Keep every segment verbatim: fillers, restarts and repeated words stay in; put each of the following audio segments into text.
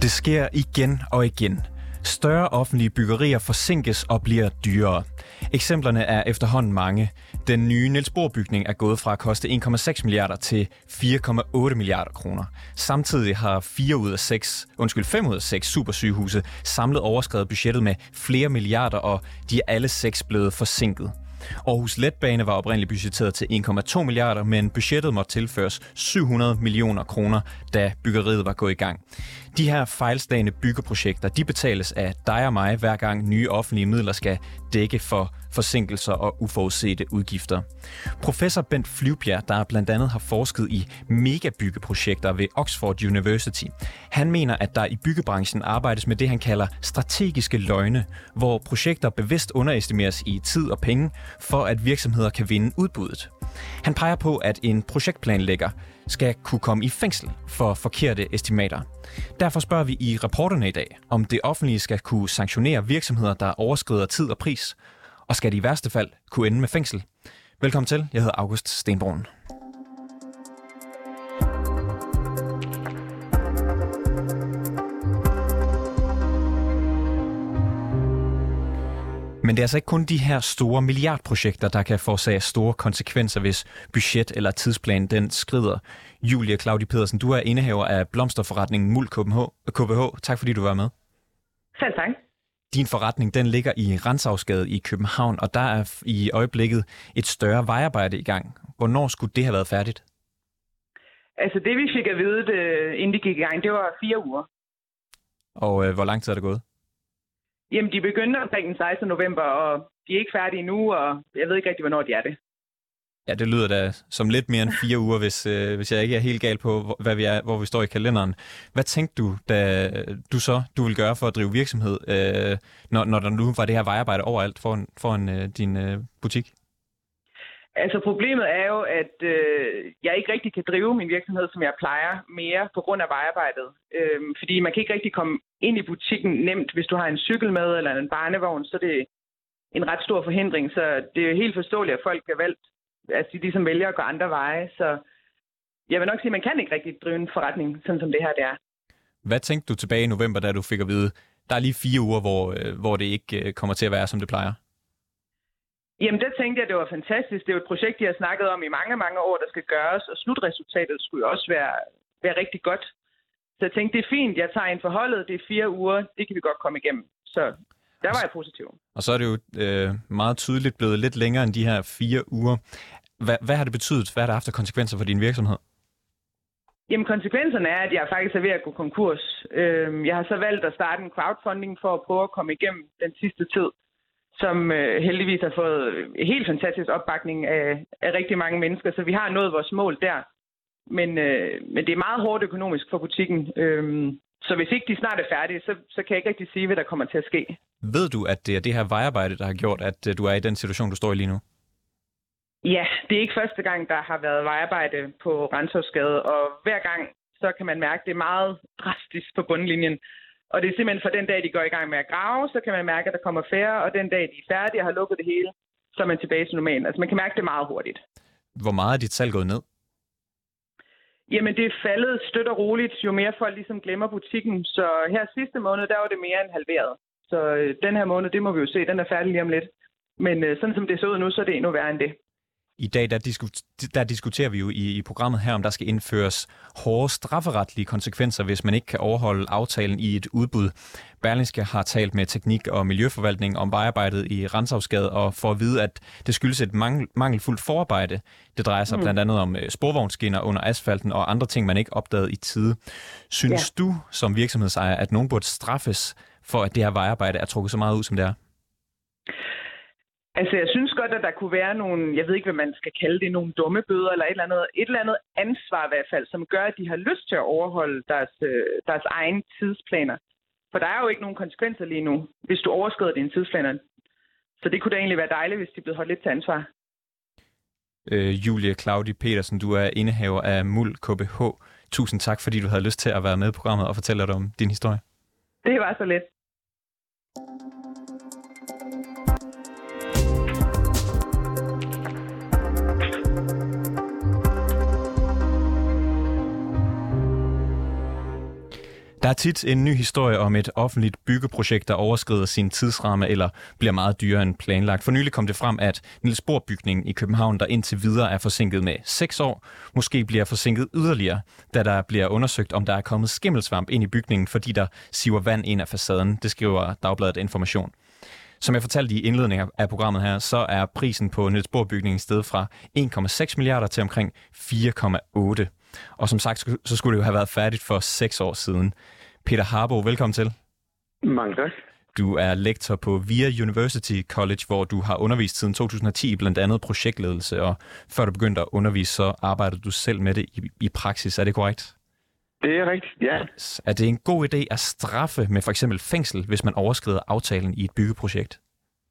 Det sker igen og igen. Større offentlige byggerier forsinkes og bliver dyrere. Eksemplerne er efterhånden mange. Den nye Niels Bohr-bygning er gået fra at koste en komma seks milliarder til fire komma otte milliarder kroner. Samtidig har fire ud af seks, undskyld, fem ud af seks supersygehuse samlet overskredet budgettet med flere milliarder, og de er alle seks blevet forsinket. Aarhus Letbane var oprindeligt budgetteret til en komma to milliarder, men budgettet måtte tilføres syv hundrede millioner kroner, da byggeriet var gået i gang. De her fejlslagne byggeprojekter, de betales af dig og mig, hver gang nye offentlige midler skal dække for forsinkelser og uforudsete udgifter. Professor Bent Flyvbjerg, der blandt andet har forsket i megabyggeprojekter ved Oxford University, han mener, at der i byggebranchen arbejdes med det, han kalder strategiske løgne, hvor projekter bevidst underestimeres i tid og penge, for at virksomheder kan vinde udbuddet. Han peger på, at en projektplanlægger skal kunne komme i fængsel for forkerte estimater. Derfor spørger vi i Reporterne i dag, om det offentlige skal kunne sanktionere virksomheder, der overskrider tid og pris, og skal de i værste fald kunne ende med fængsel. Velkommen til. Jeg hedder August Stenbrun. Men det er altså ikke kun de her store milliardprojekter, der kan forårsage store konsekvenser, hvis budget eller tidsplan den skrider. Julie Claudi Pedersen, du er indehaver af blomsterforretningen Muld K B H. Tak fordi du var med. Selv tak. Din forretning den ligger i Rantzausgade i København, og der er i øjeblikket et større vejarbejde i gang. Hvornår skulle det have været færdigt? Altså det vi fik at vide, det, inden det gik i gang, det var fire uger. Og øh, hvor lang tid er det gået? Jamen, de begyndte omkring den sekstende november, og de er ikke færdige endnu, og jeg ved ikke rigtig, hvornår de er det. Ja, det lyder da som lidt mere end fire uger, hvis, øh, hvis jeg ikke er helt gal på, hvad vi er, hvor vi står i kalenderen. Hvad tænkte du, da du så du ville gøre for at drive virksomhed, øh, når, når der nu var det her vejarbejde overalt foran, foran øh, din øh, butik? Altså, problemet er jo, at øh, jeg ikke rigtig kan drive min virksomhed, som jeg plejer, mere på grund af vejarbejdet. Øh, fordi man kan ikke rigtig komme ind i butikken nemt, hvis du har en cykel med eller en barnevogn, så det er en ret stor forhindring. Så det er jo helt forståeligt, at folk har valgt, altså de ligesom vælger at gå andre veje. Så jeg vil nok sige, at man kan ikke rigtig drive en forretning, sådan som det her det er. Hvad tænkte du tilbage i november, da du fik at vide, der er lige fire uger, hvor, øh, hvor det ikke kommer til at være, som det plejer? Jamen, der tænkte jeg, at det var fantastisk. Det er jo et projekt, jeg har snakket om i mange, mange år, der skal gøres, og slutresultatet skulle jo også være, være rigtig godt. Så jeg tænkte, det er fint, jeg tager ind for holdet, det er fire uger, det kan vi godt komme igennem. Så der var jeg positiv. Og så er det jo øh, meget tydeligt blevet lidt længere end de her fire uger. Hvad, hvad har det betydet? Hvad har det haft af konsekvenser for din virksomhed? Jamen, konsekvenserne er, at jeg faktisk er ved at gå konkurs. Jeg har så valgt at starte en crowdfunding for at prøve at komme igennem den sidste tid, som øh, heldigvis har fået helt fantastisk opbakning af, af rigtig mange mennesker. Så vi har nået vores mål der. Men, øh, men det er meget hårdt økonomisk for butikken. Øhm, så hvis ikke de snart er færdige, så, så kan jeg ikke rigtig sige, hvad der kommer til at ske. Ved du, at det er det her vejarbejde, der har gjort, at øh, du er i den situation, du står i lige nu? Ja, det er ikke første gang, der har været vejarbejde på Rantzausgade. Og hver gang, så kan man mærke, at det er meget drastisk på bundlinjen. Og det er simpelthen fra den dag, de går i gang med at grave, så kan man mærke, at der kommer færre, og den dag, de er færdige og har lukket det hele, så er man tilbage til normalen. Altså man kan mærke det meget hurtigt. Hvor meget er dit salg gået ned? Jamen det er faldet støt og roligt, jo mere folk ligesom glemmer butikken. Så her sidste måned, der var det mere end halveret. Så øh, den her måned, det må vi jo se, den er færdig lige om lidt. Men øh, sådan som det ser ud nu, så er det endnu værre end det. I dag der, diskut- der diskuterer vi jo i, i programmet her, om der skal indføres hårde strafferetlige konsekvenser, hvis man ikke kan overholde aftalen i et udbud. Berlingske har talt med teknik- og miljøforvaltning om vejarbejdet i Rantzausgade, og for at vide, at det skyldes et mangel- mangelfuldt forarbejde. Det drejer sig mm. blandt andet om sporvognsskinner under asfalten og andre ting, man ikke opdagede i tide. Synes ja. du som virksomhedsejer, at nogen burde straffes for, at det her vejarbejde er trukket så meget ud, som det er? Altså, jeg synes godt, at der kunne være nogle, jeg ved ikke, hvad man skal kalde det, nogle dumme bøder eller et eller andet, et eller andet ansvar i hvert fald, som gør, at de har lyst til at overholde deres, deres egne tidsplaner. For der er jo ikke nogen konsekvenser lige nu, hvis du overskrider dine tidsplaner. Så det kunne da egentlig være dejligt, hvis de blev holdt lidt til ansvar. Øh, Julie Claudi Pedersen, du er indehaver af Muld K B H. Tusind tak, fordi du havde lyst til at være med i programmet og fortælle dig om din historie. Det var så let. Der er tit en ny historie om et offentligt byggeprojekt, der overskrider sin tidsramme eller bliver meget dyrere end planlagt. For nylig kom det frem, at Niels Bohr-bygningen i København, der indtil videre er forsinket med seks år, måske bliver forsinket yderligere, da der bliver undersøgt, om der er kommet skimmelsvamp ind i bygningen, fordi der siver vand ind af facaden. Det skriver Dagbladet Information. Som jeg fortalte i indledningen af programmet her, så er prisen på Niels Bohr-bygningen steget fra en komma seks milliarder til omkring fire komma otte. Og som sagt, så skulle det jo have været færdigt for seks år siden. Peter Harbo, velkommen til. Mange tak. Du er lektor på V I A University College, hvor du har undervist siden to tusind og ti, blandt andet projektledelse, og før du begyndte at undervise, så arbejdede du selv med det i, i praksis. Er det korrekt? Det er rigtigt, ja. Er det en god idé at straffe med for eksempel fængsel, hvis man overskrider aftalen i et byggeprojekt?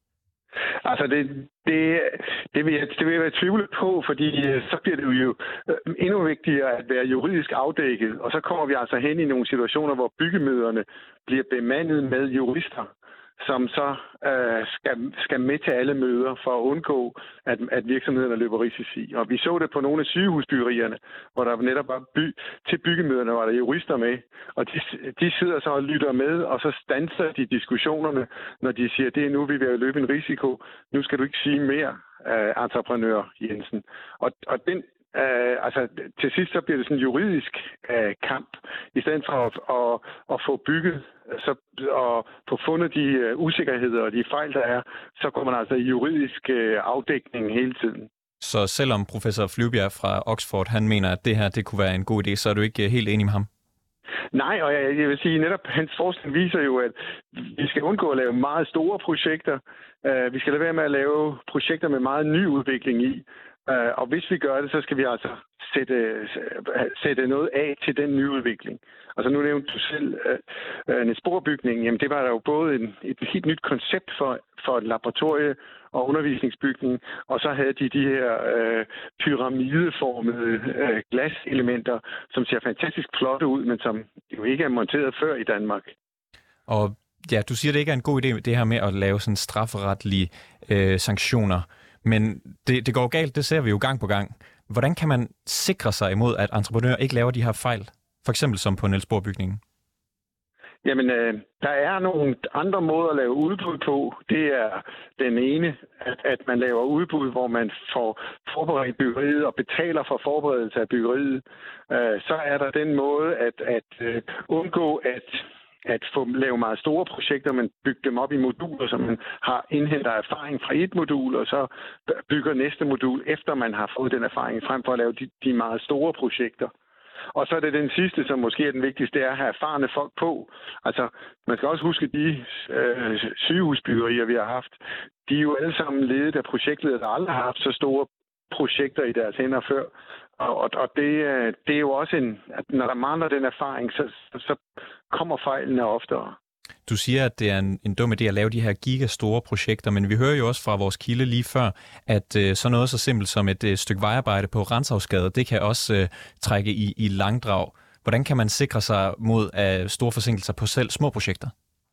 Altså, det, det, det, vil jeg, det vil jeg være tvivlet på, fordi så bliver det jo endnu vigtigere at være juridisk afdækket, og så kommer vi altså hen i nogle situationer, hvor byggemøderne bliver bemandet med jurister, som så øh, skal, skal med til alle møder for at undgå, at, at virksomhederne løber risici. Og vi så det på nogle af sygehusbyggerierne, hvor der netop var by, til byggemøderne var der jurister med, og de, de sidder så og lytter med, og så standser de diskussionerne, når de siger, det er nu, vi er ved at løbe en risiko. Nu skal du ikke sige mere, øh, entreprenør Jensen. Og, og den Uh, altså, til sidst så bliver det sådan en juridisk uh, kamp, i stedet for at, at, at få bygget så, og få fundet de uh, usikkerheder og de fejl, der er, så går man altså i juridisk uh, afdækning hele tiden. Så selvom professor Flyvbjerg fra Oxford, han mener, at det her det kunne være en god idé, så er du ikke helt enig med ham? Nej, og jeg, jeg vil sige, netop hans forskning viser jo, at vi skal undgå at lave meget store projekter. Uh, vi skal lade være med at lave projekter med meget ny udvikling i. Uh, og hvis vi gør det, så skal vi altså sætte, sætte noget af til den nye udvikling. Altså nu nævnte du selv uh, uh, Niels Bohr-bygningen. Jamen det var der jo både en, et helt nyt koncept for, for et laboratorie og undervisningsbygning, og så havde de de her uh, pyramideformede uh, glaselementer, som ser fantastisk flotte ud, men som jo ikke er monteret før i Danmark. Og ja, du siger, det ikke er en god idé, det her med at lave sådan strafferetlige øh, sanktioner. Men det, det går galt, det ser vi jo gang på gang. Hvordan kan man sikre sig imod, at entreprenører ikke laver de her fejl? For eksempel som på Niels Bohr-bygningen. Jamen, øh, der er nogle andre måder at lave udbud på. Det er den ene, at, at man laver udbud, hvor man får forberedt byggeriet og betaler for forberedelse af byggeriet. Øh, så er der den måde at, at øh, undgå at at få lave meget store projekter, men bygge dem op i moduler, så man har indhentet erfaring fra et modul, og så bygger næste modul, efter man har fået den erfaring, frem for at lave de, de meget store projekter. Og så er det den sidste, som måske er den vigtigste, det er at have erfarne folk på. Altså, man skal også huske, de øh, sygehusbyggerier, vi har haft, de er jo alle sammen ledet af projektledere, der aldrig har haft så store projekter i deres hænder før. Og, og det, det er jo også en, at når der mangler den erfaring, så, så kommer fejlene oftere. Du siger, at det er en, en dum idé at lave de her gigastore projekter, men vi hører jo også fra vores kilde lige før, at øh, sådan noget så simpelt som et øh, stykke vejarbejde på Rantzausgade, det kan også øh, trække i, i langdrag. Hvordan kan man sikre sig mod øh, store forsinkelser på selv små projekter?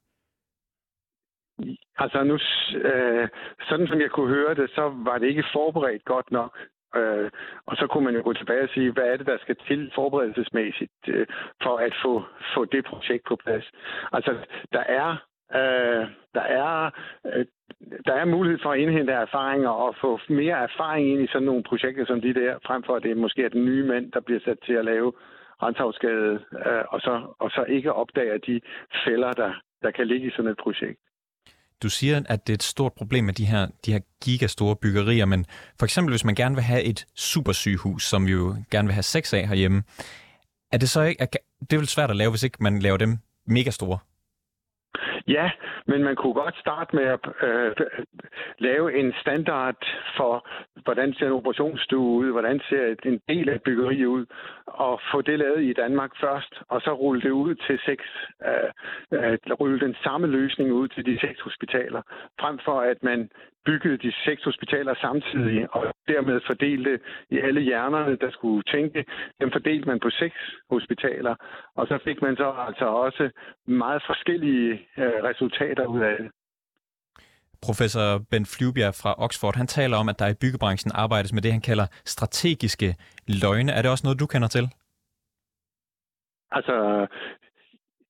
Altså nu, øh, sådan som jeg kunne høre det, så var det ikke forberedt godt nok. Øh, og så kunne man jo gå tilbage og sige, hvad er det, der skal til forberedelsesmæssigt øh, for at få, få det projekt på plads. Altså, der er, øh, der er, øh, der er mulighed for at indhente erfaringer og få mere erfaring ind i sådan nogle projekter som de der, frem for at det måske er den nye mand, der bliver sat til at lave Rantzausgade, øh, og, så, og så ikke opdager de fælder, der, der kan ligge i sådan et projekt. Du siger, at det er et stort problem med de her, de her gigastore byggerier, men for eksempel hvis man gerne vil have et supersygehus, som vi jo gerne vil have seks af herhjemme, er det så ikke, er, det er vel svært at lave, hvis ikke man laver dem megastore? Ja, men man kunne godt starte med at øh, lave en standard for, hvordan ser en operationsstue ud, hvordan ser en del af byggeri ud, og få det lavet i Danmark først, og så rulle det ud til seks, øh, øh, rulle den samme løsning ud til de seks hospitaler, frem for at man byggede de seks hospitaler samtidig, og dermed fordelte i alle hjernerne, der skulle tænke, dem fordelte man på seks hospitaler, og så fik man så altså også meget forskellige øh, resultater ud af det. Professor Bent Flyvbjerg fra Oxford, han taler om, at der i byggebranchen arbejdes med det, han kalder strategiske løgne. Er det også noget, du kender til? Altså,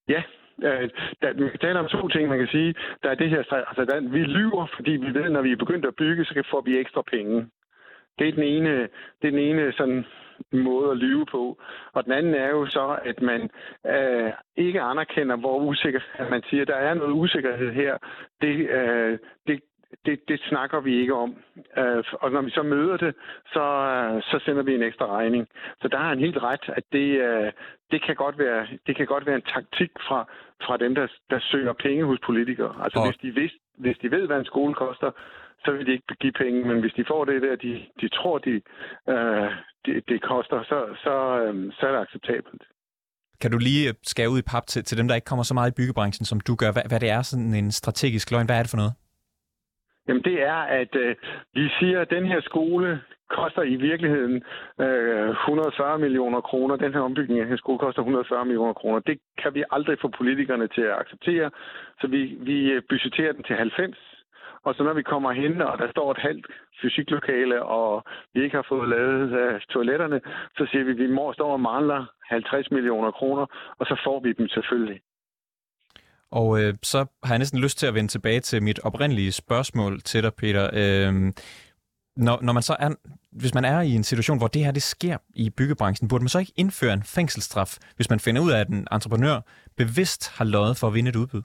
Ja, øh, der, man kan tale om to ting, man kan sige. Der er det her, altså der, vi lyver, fordi vi ved, når vi er begyndt at bygge, så får vi ekstra penge. Det er den ene, det er den ene sådan måde at lyve på. Og den anden er jo så, at man øh, ikke anerkender, hvor usikker man siger, der er noget usikkerhed her. Det, øh, det, det, det snakker vi ikke om. Øh, og når vi så møder det, så, øh, så sender vi en ekstra regning. Så der har han helt ret, at det, øh, det, kan, godt være, det kan godt være en taktik fra, fra dem, der, der søger penge hos politikere. Altså og... hvis, de vidste, hvis de ved, hvad en skole koster, så vil de ikke give penge, men hvis de får det der, de, de tror, de, øh, det, det koster, så, så, øh, så er det acceptabelt. Kan du lige skære ud i pap til, til dem, der ikke kommer så meget i byggebranchen, som du gør? Hvad, hvad det er sådan en strategisk løgn? Hvad er det for noget? Jamen det er, at øh, vi siger, at den her skole koster i virkeligheden øh, et hundrede og fyrre millioner kroner. Den her ombygning af den her skole koster et hundrede og fyrre millioner kroner. Det kan vi aldrig få politikerne til at acceptere, så vi, vi budgetterer den til halvfems. Og så når vi kommer hen, og der står et halvt fysiklokale, og vi ikke har fået lavet uh, toiletterne, så siger vi, at vi må stå og mangler halvtreds millioner kroner, og så får vi dem selvfølgelig. Og øh, så har jeg næsten lyst til at vende tilbage til mit oprindelige spørgsmål til dig, Peter. Øh, når, når man så er, hvis man er i en situation, hvor det her det sker i byggebranchen, burde man så ikke indføre en fængselsstraf, hvis man finder ud af, at en entreprenør bevidst har løjet for at vinde et udbud?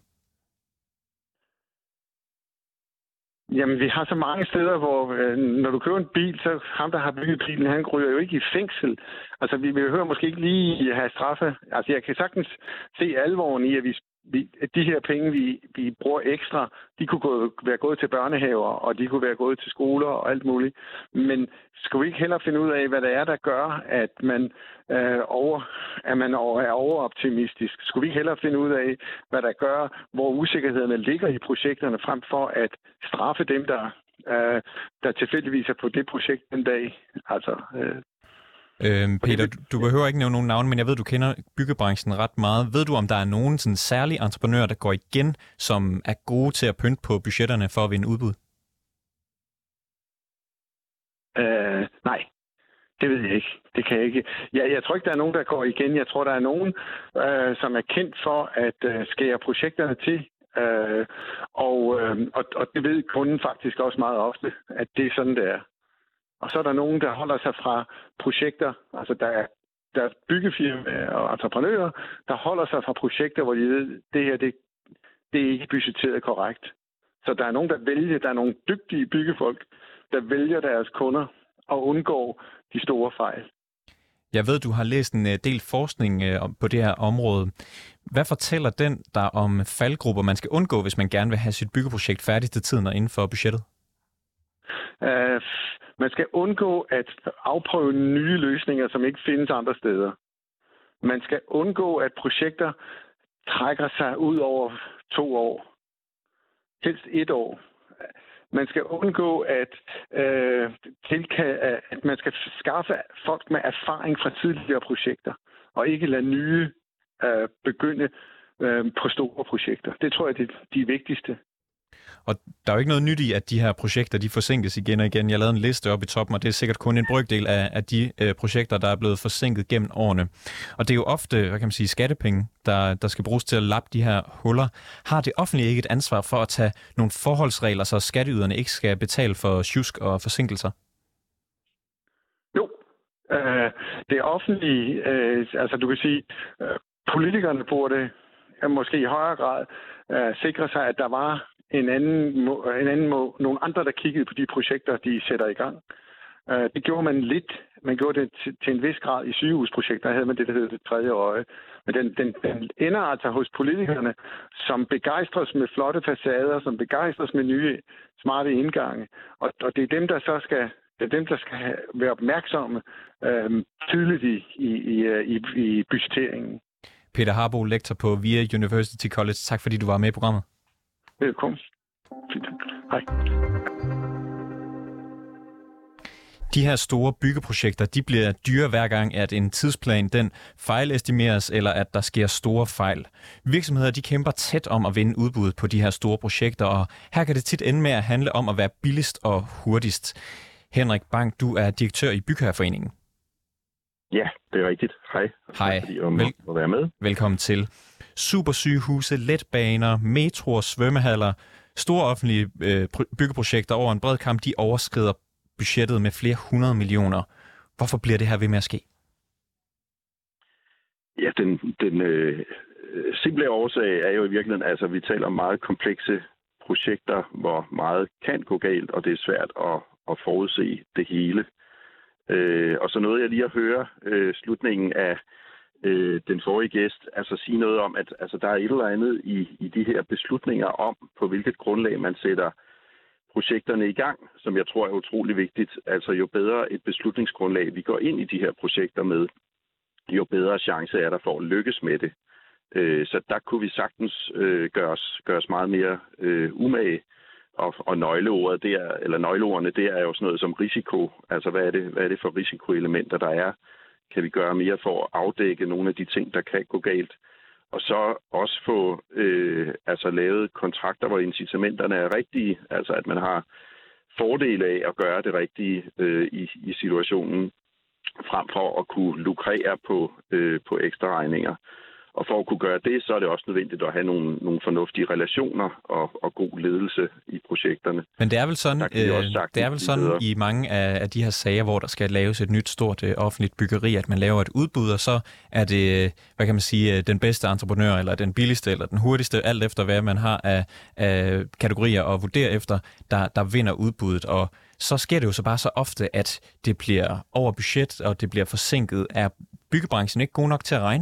Jamen, vi har så mange steder, hvor øh, når du køber en bil, så ham, der har bygget bilen, han ryger jo ikke i fængsel. Altså, vi vil høre måske ikke lige have straffe. Altså, jeg kan sagtens se alvoren i, at vi, vi, at de her penge, vi, vi bruger ekstra, de kunne gå, være gået til børnehaver, og de kunne være gået til skoler og alt muligt. Men skal vi ikke hellere finde ud af, hvad det er, der gør, at man, øh, over, at man er overoptimistisk? Skulle vi ikke hellere finde ud af, hvad der gør, hvor usikkerhederne ligger i projekterne, frem for at straffe dem, der, øh, der tilfældigvis er på det projekt den dag? Altså... Øh, Øhm, Peter, du, du behøver ikke nævne nogen navn, men jeg ved, du kender byggebranchen ret meget. Ved du, om der er nogen sådan særlige entreprenører, der går igen, som er gode til at pynte på budgetterne for at vinde udbud? Øh, nej, det ved jeg ikke. Det kan jeg ikke. Jeg, jeg tror ikke, der er nogen, der går igen. Jeg tror, der er nogen, øh, som er kendt for at øh, skære projekterne til. Øh, og, øh, og, og det ved kunden faktisk også meget ofte, at det er sådan, det er. Og så er der nogen, der holder sig fra projekter, altså der er, der er byggefirmaer og entreprenører, der holder sig fra projekter, hvor de ved, det her, det, det er ikke budgetteret korrekt. Så der er nogen, der vælger, der er nogle dygtige byggefolk, der vælger deres kunder og undgår de store fejl. Jeg ved, du har læst en del forskning på det her område. Hvad fortæller den der om faldgrupper, man skal undgå, hvis man gerne vil have sit byggeprojekt færdigt til tiden og inden for budgettet? Uh, man skal undgå at afprøve nye løsninger, som ikke findes andre steder. Man skal undgå, at projekter trækker sig ud over to år. Helst et år. Man skal undgå, at, øh, tilka- at man skal skaffe folk med erfaring fra tidligere projekter, og ikke lade nye øh, begynde øh, på store projekter. Det tror jeg, det er de vigtigste. Og der er jo ikke noget nyt i, at de her projekter de forsinkes igen og igen. Jeg lavede en liste op i toppen, og det er sikkert kun en brøkdel af, af de øh, projekter, der er blevet forsinket gennem årene. Og det er jo ofte, hvad kan man sige, skattepenge, der, der skal bruges til at lappe de her huller. Har det offentlige ikke et ansvar for at tage nogle forholdsregler, så skatteyderne ikke skal betale for sjusk og forsinkelser? Jo, øh, det offentlige, øh, altså du kan sige, øh, politikerne burde øh, måske i højere grad øh, sikre sig, at der var En anden, en anden må, nogle andre, der kiggede på de projekter, de sætter i gang. Uh, det gjorde man lidt. Man gjorde det til, til en vis grad i sygehusprojekter. Der havde man det, der hedder det tredje øje. Men den, den, den ender altså hos politikerne, som begejstres med flotte facader, som begejstres med nye, smarte indgange. Og, og det er dem, der så skal, det er dem, der skal have, være opmærksomme uh, tydeligt i, i, i, i, i budgetteringen. Peter Harbo, lektor på V I A University College. Tak fordi du var med i programmet. Velkommen. Hej. De her store byggeprojekter, de bliver dyre hver gang, at en tidsplan den fejlestimeres, eller at der sker store fejl. Virksomheder de kæmper tæt om at vinde udbud på de her store projekter, og her kan det tit ende med at handle om at være billigst og hurtigst. Henrik Bang, du er direktør i Bygherreforeningen. Ja, det er rigtigt. Hej. Hej. Fordi, om Vel- at være med. Velkommen til. supersygehuse, letbaner, metroer, svømmehaller, store offentlige øh, byggeprojekter over en bred kamp, de overskrider budgettet med flere hundrede millioner. Hvorfor bliver det her ved med at ske? Ja, den, den øh, simple årsag er jo i virkeligheden, altså vi taler om meget komplekse projekter, hvor meget kan gå galt, og det er svært at, at forudse det hele. Øh, og så nåede jeg lige at høre øh, slutningen af øh, den forrige gæst, altså sige noget om, at altså, der er et eller andet i, i de her beslutninger om, på hvilket grundlag man sætter projekterne i gang, som jeg tror er utrolig vigtigt. Altså jo bedre et beslutningsgrundlag vi går ind i de her projekter med, jo bedre chance er der for at lykkes med det. Øh, så der kunne vi sagtens øh, gøres, gøres meget mere øh, umage. Og, og nøgleordet, det er, eller nøgleordene, det er jo sådan noget som risiko. Altså, hvad er det, hvad er det for risikoelementer, der er? Kan vi gøre mere for at afdække nogle af de ting, der kan gå galt? Og så også få øh, altså lavet kontrakter, hvor incitamenterne er rigtige. Altså, at man har fordele af at gøre det rigtige øh, i, i situationen, frem for at kunne lukrere på, øh, på ekstra regninger. Og for at kunne gøre det, så er det også nødvendigt at have nogle, nogle fornuftige relationer og, og god ledelse i projekterne. Men det er vel sådan, øh, det er vel sådan i mange af, af de her sager, hvor der skal laves et nyt stort øh, offentligt byggeri, at man laver et udbud, og så er det, hvad kan man sige, den bedste entreprenør, eller den billigste, eller den hurtigste, alt efter hvad man har af, af kategorier at vurdere efter, der, der vinder udbuddet. Og så sker det jo så bare så ofte, at det bliver over budget, og det bliver forsinket. Er byggebranchen ikke god nok til at regne?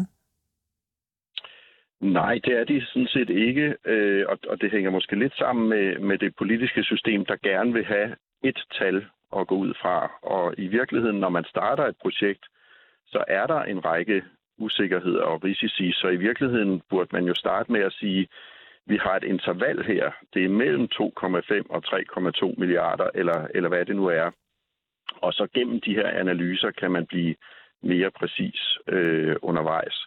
Nej, det er de sådan set ikke, øh, og, og det hænger måske lidt sammen med, med det politiske system, der gerne vil have et tal at gå ud fra. Og i virkeligheden, når man starter et projekt, så er der en række usikkerheder og risici, så i virkeligheden burde man jo starte med at sige, vi har et interval her, det er mellem to komma fem og tre komma to milliarder, eller, eller hvad det nu er. Og så gennem de her analyser kan man blive mere præcis øh, undervejs.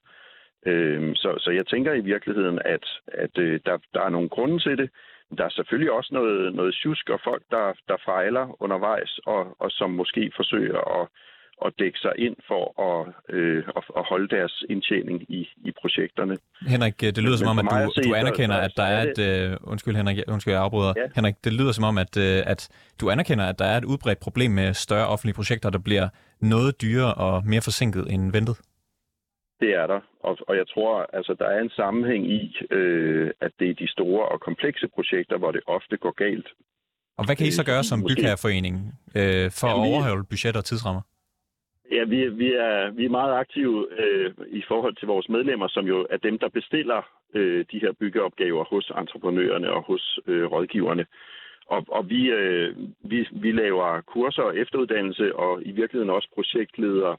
Så, så jeg tænker i virkeligheden, at, at der, der er nogle grunde til det. Der er selvfølgelig også noget, noget sjusk og folk, der, der fejler undervejs, og, og som måske forsøger at, at dække sig ind for at, øh, at holde deres indtjening i, i projekterne. Henrik, det lyder Men, som om, at du, se, du anerkender, at der er et... Øh, undskyld, Henrik, undskyld, jeg afbryder. Ja. Henrik, det lyder som om, at, at du anerkender, at der er et udbredt problem med større offentlige projekter, der bliver noget dyrere og mere forsinket end ventet. Det er der, og, og jeg tror, altså der er en sammenhæng i, øh, at det er de store og komplekse projekter, hvor det ofte går galt. Og hvad kan I så gøre som bygherreforening øh, for ja, at overholde budget og tidsrammer? Ja, vi, vi, er, vi er meget aktive øh, i forhold til vores medlemmer, som jo er dem, der bestiller øh, de her byggeopgaver hos entreprenørerne og hos øh, rådgiverne. Og, og vi, øh, vi, vi laver kurser og efteruddannelse, og i virkeligheden også projektleder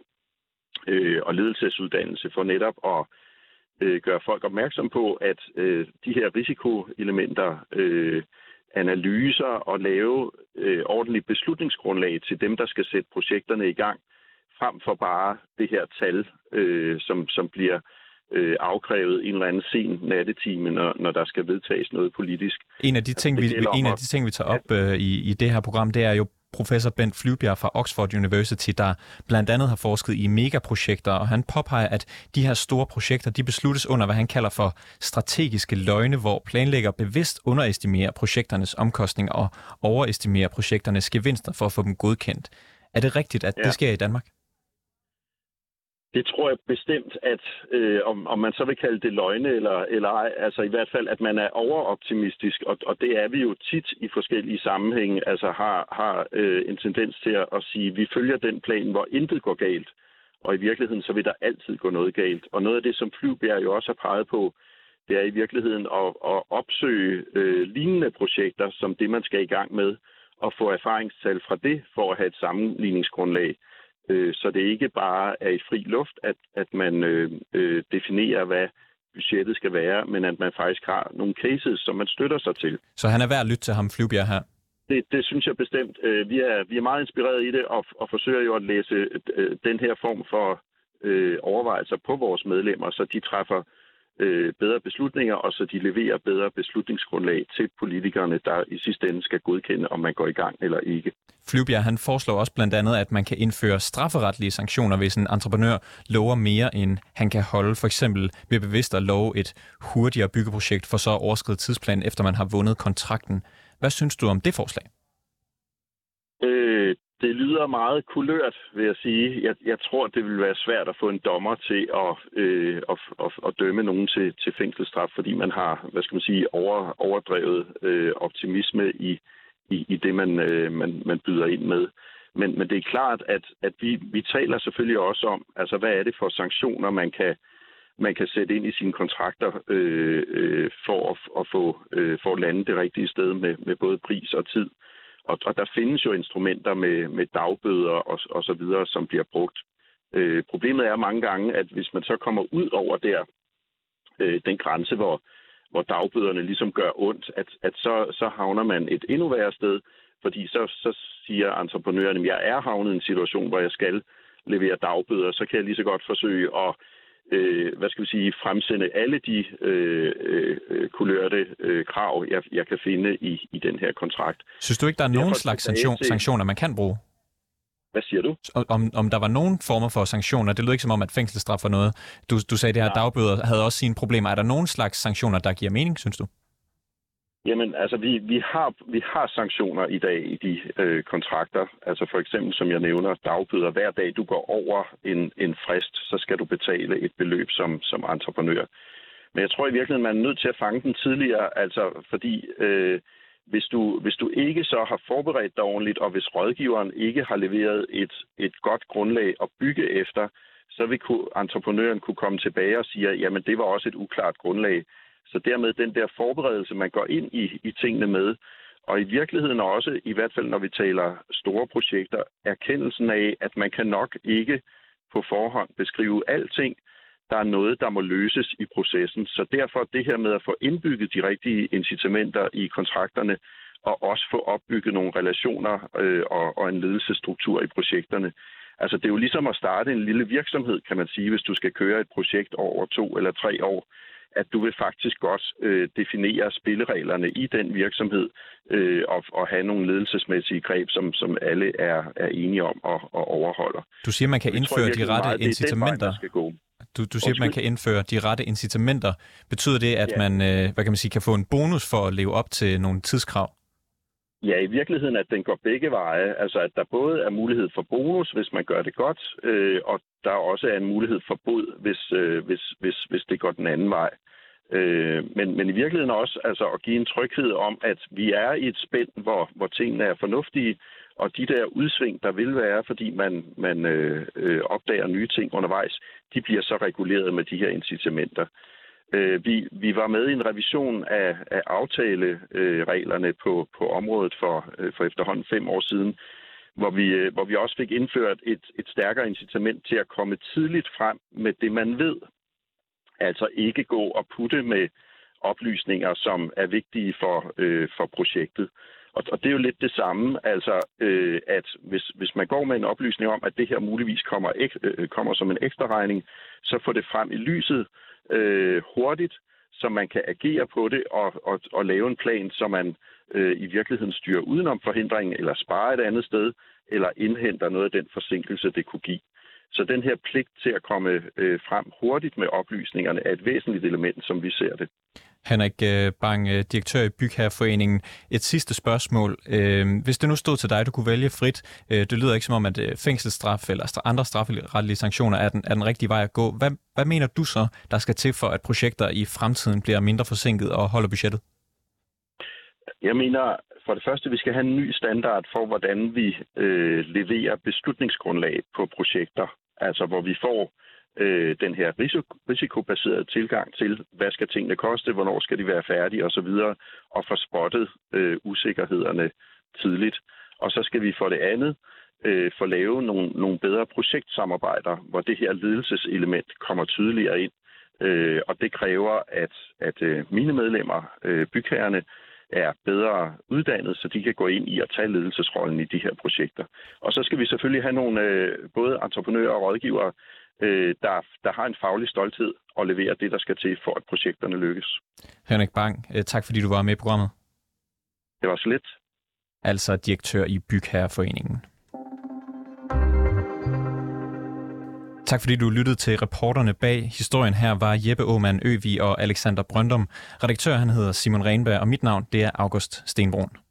Øh, og ledelsesudannelse for netop at øh, gøre folk opmærksom på, at øh, de her risikoelementer, øh, analyser og lave øh, ordentligt beslutningsgrundlag til dem, der skal sætte projekterne i gang, frem for bare det her tal, øh, som, som bliver øh, afkrævet en eller anden sen nattetime, når, når der skal vedtages noget politisk. En af de ting, vi, en af de ting, vi tager op øh, i, i det her program, det er jo professor Bent Flyvbjerg fra Oxford University, der blandt andet har forsket i megaprojekter, og han påpeger, at de her store projekter, de besluttes under, hvad han kalder for strategiske løgne, hvor planlægger bevidst underestimerer projekternes omkostninger og overestimerer projekternes gevinster for at få dem godkendt. Er det rigtigt, at ja. det sker i Danmark? Det tror jeg bestemt, at øh, om, om man så vil kalde det løgne eller, eller ej, altså i hvert fald, at man er overoptimistisk, og, og det er vi jo tit i forskellige sammenhænge, altså har, har øh, en tendens til at, at sige, at vi følger den plan, hvor intet går galt, og i virkeligheden så vil der altid gå noget galt. Og noget af det, som Flyvbjerg jo også har peget på, det er i virkeligheden at, at opsøge øh, lignende projekter, som det man skal i gang med, og få erfaringstal fra det, for at have et sammenligningsgrundlag. Så det ikke bare er i fri luft, at, at man øh, øh, definerer, hvad budgettet skal være, men at man faktisk har nogle cases, som man støtter sig til. Så han er værd at lytte til ham, Flyvbjerg, her? Det, det synes jeg bestemt. Vi er, vi er meget inspireret i det, og, og forsøger jo at læse øh, den her form for øh, overvejelser på vores medlemmer, så de træffer øh, bedre beslutninger, og så de leverer bedre beslutningsgrundlag til politikerne, der i sidste ende skal godkende, om man går i gang eller ikke. Flyvbjerg, han foreslår også blandt andet, at man kan indføre strafferetlige sanktioner, hvis en entreprenør lover mere, end han kan holde. For eksempel ved bevidst at love et hurtigere byggeprojekt for så at overskride tidsplanen, efter man har vundet kontrakten. Hvad synes du om det forslag? Øh, det lyder meget kulørt, vil jeg sige. Jeg, jeg tror, det vil være svært at få en dommer til at, øh, at, at, at dømme nogen til, til fængselsstraf, fordi man har, hvad skal man sige, over, overdrevet øh, optimisme i, i, i det, man, øh, man, man byder ind med. Men, men det er klart, at, at vi, vi taler selvfølgelig også om, altså hvad er det for sanktioner, man kan, man kan sætte ind i sine kontrakter øh, øh, for, at, at få, øh, for at lande det rigtige sted med, med både pris og tid. Og, og der findes jo instrumenter med, med dagbøder og, og så videre, som bliver brugt. Øh, problemet er mange gange, at hvis man så kommer ud over der, øh, den grænse, hvor, hvor dagbøderne ligesom gør ondt, at, at så, så havner man et endnu værre sted, fordi så, så siger entreprenøren, at jeg er havnet i en situation, hvor jeg skal levere dagbøder, så kan jeg lige så godt forsøge at øh, hvad skal vi sige, fremsende alle de øh, øh, kulørte øh, krav, jeg, jeg kan finde i, i den her kontrakt. Synes du ikke, der er nogen slags sanktion, til... sanktioner, man kan bruge? Hvad siger du? Om, om der var nogen former for sanktioner? Det lød ikke som om, at fængselsstraf var noget. Du, du sagde, at det her ja. dagbøder havde også sine problemer. Er der nogen slags sanktioner, der giver mening, synes du? Jamen, altså, vi, vi, har, vi har sanktioner i dag i de øh, kontrakter. Altså for eksempel, som jeg nævner, dagbøder. Hver dag, du går over en, en frist, så skal du betale et beløb som, som entreprenør. Men jeg tror i virkeligheden, man er nødt til at fange den tidligere, altså fordi øh, hvis, du, hvis du ikke så har forberedt dig ordentligt, og hvis rådgiveren ikke har leveret et, et godt grundlag at bygge efter, så vil entreprenøren kunne komme tilbage og sige, jamen det var også et uklart grundlag. Så dermed den der forberedelse, man går ind i, i tingene med, og i virkeligheden også, i hvert fald når vi taler store projekter, erkendelsen af, at man kan nok ikke på forhånd beskrive alting. Der er noget, der må løses i processen. Så derfor det her med at få indbygget de rigtige incitamenter i kontrakterne, og også få opbygget nogle relationer øh, og, og en ledelsesstruktur i projekterne. Altså det er jo ligesom at starte en lille virksomhed, kan man sige, hvis du skal køre et projekt over to eller tre år, at du vil faktisk godt øh, definere spillereglerne i den virksomhed øh, og, og have nogle ledelsesmæssige greb, som, som alle er, er enige om og, og overholder. Du siger, man kan indføre tror, de rette meget, incitamenter. Det vej, du, du siger, man kan indføre de rette incitamenter. Betyder det, at ja. man øh, hvad kan man sige, kan få en bonus for at leve op til nogle tidskrav? Ja, i virkeligheden, at den går begge veje. Altså, at der både er mulighed for bonus, hvis man gør det godt, øh, og der også er en mulighed for bod, hvis, øh, hvis, hvis, hvis det går den anden vej. Øh, men, men i virkeligheden også altså, at give en tryghed om, at vi er i et spænd, hvor, hvor tingene er fornuftige, og de der udsving, der vil være, fordi man, man øh, øh, opdager nye ting undervejs, de bliver så reguleret med de her incitamenter. Vi, vi var med i en revision af, af aftalereglerne på, på området for, for efterhånden fem år siden, hvor vi, hvor vi også fik indført et, et stærkere incitament til at komme tidligt frem med det, man ved. Altså ikke gå og putte med oplysninger, som er vigtige for, øh, for projektet. Og, og det er jo lidt det samme, altså øh, at hvis, hvis man går med en oplysning om, at det her muligvis kommer, ek, øh, kommer som en ekstra regning, så får det frem i lyset, Øh, hurtigt, så man kan agere på det og, og, og lave en plan, så man øh, i virkeligheden styrer udenom forhindringen, eller sparer et andet sted, eller indhenter noget af den forsinkelse, det kunne give. Så den her pligt til at komme øh, frem hurtigt med oplysningerne er et væsentligt element, som vi ser det. Henrik Bang, direktør i Bygherreforeningen. Et sidste spørgsmål. Hvis det nu stod til dig, du kunne vælge frit, det lyder ikke som om, at fængselsstraf eller andre strafferetlige sanktioner er den, er den rigtige vej at gå. Hvad, hvad mener du så, der skal til for, at projekter i fremtiden bliver mindre forsinket og holder budgettet? Jeg mener, for det første, vi skal have en ny standard for, hvordan vi øh, leverer beslutningsgrundlag på projekter. Altså, hvor vi får øh, den her risiko, risikobaserede tilgang til, hvad skal tingene koste, hvornår skal de være færdige osv., og få spottet øh, usikkerhederne tidligt. Og så skal vi for det andet øh, få lavet nogle, nogle bedre projektsamarbejder, hvor det her ledelseselement kommer tydeligere ind. Øh, og det kræver, at, at øh, mine medlemmer, øh, bygherrerne, er bedre uddannet, så de kan gå ind i at tage ledelsesrollen i de her projekter. Og så skal vi selvfølgelig have nogle, øh, både entreprenører og rådgivere, øh, der, der har en faglig stolthed og leverer det, der skal til, for at projekterne lykkes. Henrik Bang, tak fordi du var med i programmet. Det var så lidt. Altså direktør i Bygherreforeningen. Tak fordi du lyttede til reporterne bag. Historien her var Jeppe Aumann Øvig og Alexander Brøndum. Redaktør han hedder Simon Renberg, og mit navn det er August Stenbrun.